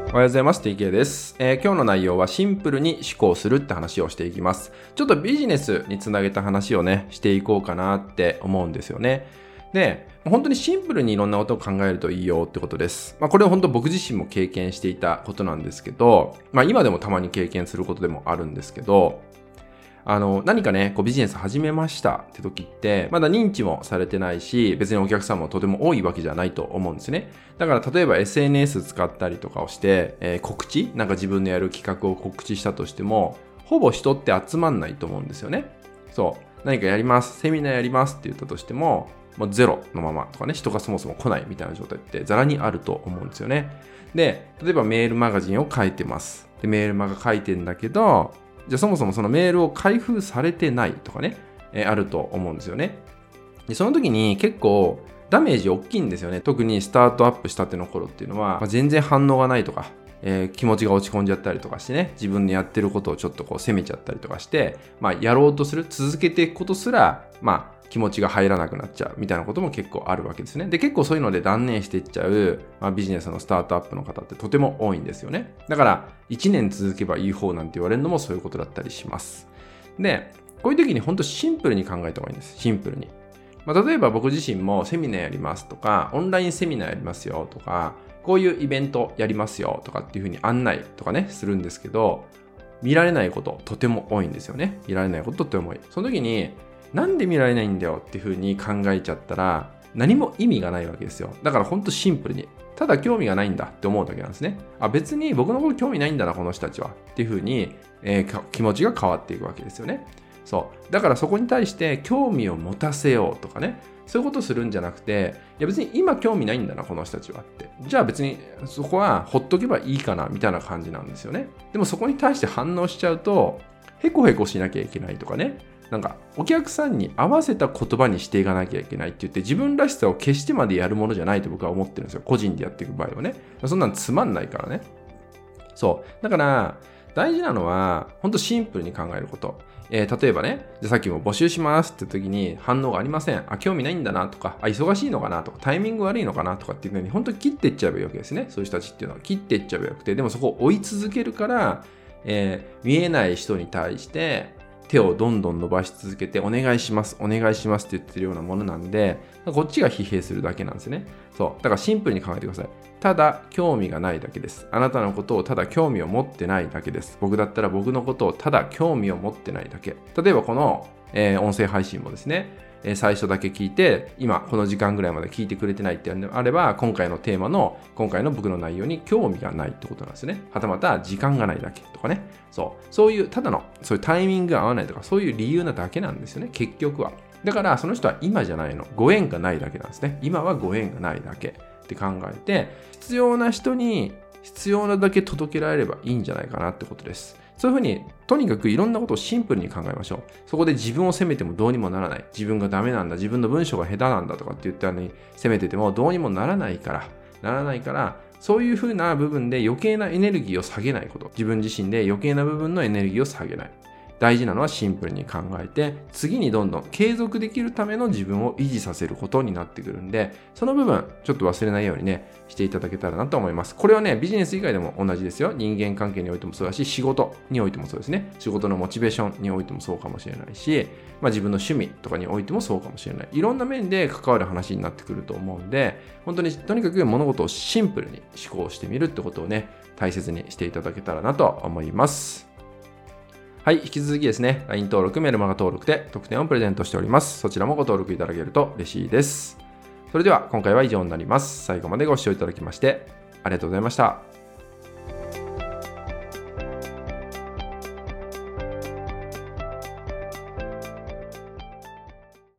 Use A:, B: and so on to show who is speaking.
A: おはようございます。TK です。今日の内容はシンプルに思考するって話をしていきます。ちょっとビジネスにつなげた話をね、していこうかなって思うんですよね。で、本当にシンプルにいろんなことを考えるといいよってことです。これは本当僕自身も経験していたことなんですけど、今でもたまに経験することでもあるんですけど、何かね、ビジネス始めましたって時って、まだ認知もされてないし、別にお客さんもとても多いわけじゃないと思うんですね。だから例えば SNS 使ったりとかをして、告知なんか自分のやる企画を告知したとしても、ほぼ人って集まんないと思うんですよね。そう。何かやります。セミナーやりますって言ったとしても、もうゼロのままとかね、人がそもそも来ないみたいな状態ってザラにあると思うんですよね。で、例えばメールマガジンを書いてます。で、メールマガ書いてんだけど、じゃあそもそもそのメールを開封されてないとかね、あると思うんですよね。で、その時に結構ダメージ大きいんですよね。特にスタートアップしたての頃っていうのは、全然反応がないとか、気持ちが落ち込んじゃったりとかしてね、自分でやってることをちょっと責めちゃったりとかして、やろうとする、続けていくことすら、気持ちが入らなくなっちゃうみたいなことも結構あるわけですね。で、結構そういうので断念していっちゃう、ビジネスのスタートアップの方ってとても多いんですよね。だから、1年続けばいい方なんて言われるのもそういうことだったりします。で、こういう時に本当シンプルに考えた方がいいんです。シンプルに。例えば僕自身もセミナーやりますとか、オンラインセミナーやりますよとか、こういうイベントやりますよとかっていうふうに案内とかね、するんですけど、見られないこととても多いんですよね。見られないこととても多い。その時に、なんで見られないんだよっていうふうに考えちゃったら、何も意味がないわけですよ。だから本当シンプルに、ただ興味がないんだって思うだけなんですね。別に僕のこと興味ないんだな、この人たちは。っていうふうに、気持ちが変わっていくわけですよね。そう。だからそこに対して興味を持たせようとかね、そういうことするんじゃなくて、いや別に今興味ないんだな、この人たちはって。じゃあ別にそこはほっとけばいいかな、みたいな感じなんですよね。でもそこに対して反応しちゃうと、へこへこしなきゃいけないとかね、なんかお客さんに合わせた言葉にしていかなきゃいけないって言って、自分らしさを消してまでやるものじゃないと僕は思ってるんですよ。個人でやっていく場合はね。そんなのつまんないからね。そう。だから、大事なのは、本当シンプルに考えること。例えばね、じゃさっきも募集しますって時に反応がありません。興味ないんだなとか、忙しいのかなとか、タイミング悪いのかなとかっていうのに、本当に切っていっちゃえばいいわけですね。そういう人たちっていうのは切っていっちゃえばよくて、でもそこを追い続けるから、見えない人に対して手をどんどん伸ばし続けて、お願いします、お願いしますって言ってるようなものなんで、こっちが疲弊するだけなんですね。そう。だからシンプルに考えてください。ただ興味がないだけです。あなたのことをただ興味を持ってないだけです。僕だったら僕のことをただ興味を持ってないだけ。例えばこの、音声配信もですね、最初だけ聞いて、今この時間ぐらいまで聞いてくれてないってあれば、今回のテーマの今回の僕の内容に興味がないってことなんですね。はたまた時間がないだけとかね。そういうただのそういうタイミングが合わないとか、そういう理由なだけなんですよね、結局は。だからその人は今じゃないの、ご縁がないだけなんですね。今はご縁がないだけって考えて、必要な人に必要なだけ届けられればいいんじゃないかなってことです。そういうふうに、とにかくいろんなことをシンプルに考えましょう。そこで自分を責めてもどうにもならない。自分がダメなんだ、自分の文章が下手なんだとかって言ったのに責めててもどうにもならないから、そういうふうな部分で余計なエネルギーを下げないこと。自分自身で余計な部分のエネルギーを下げない。大事なのはシンプルに考えて、次にどんどん継続できるための自分を維持させることになってくるんで、その部分、ちょっと忘れないようにね、していただけたらなと思います。これはね、ビジネス以外でも同じですよ。人間関係においてもそうだし、仕事においてもそうですね。仕事のモチベーションにおいてもそうかもしれないし、自分の趣味とかにおいてもそうかもしれない。いろんな面で関わる話になってくると思うんで、本当にとにかく物事をシンプルに思考してみるってことをね、大切にしていただけたらなと思います。はい、引き続きですね、LINE 登録、メルマガ登録で特典をプレゼントしております。そちらもご登録いただけると嬉しいです。それでは今回は以上になります。最後までご視聴いただきましてありがとうございました。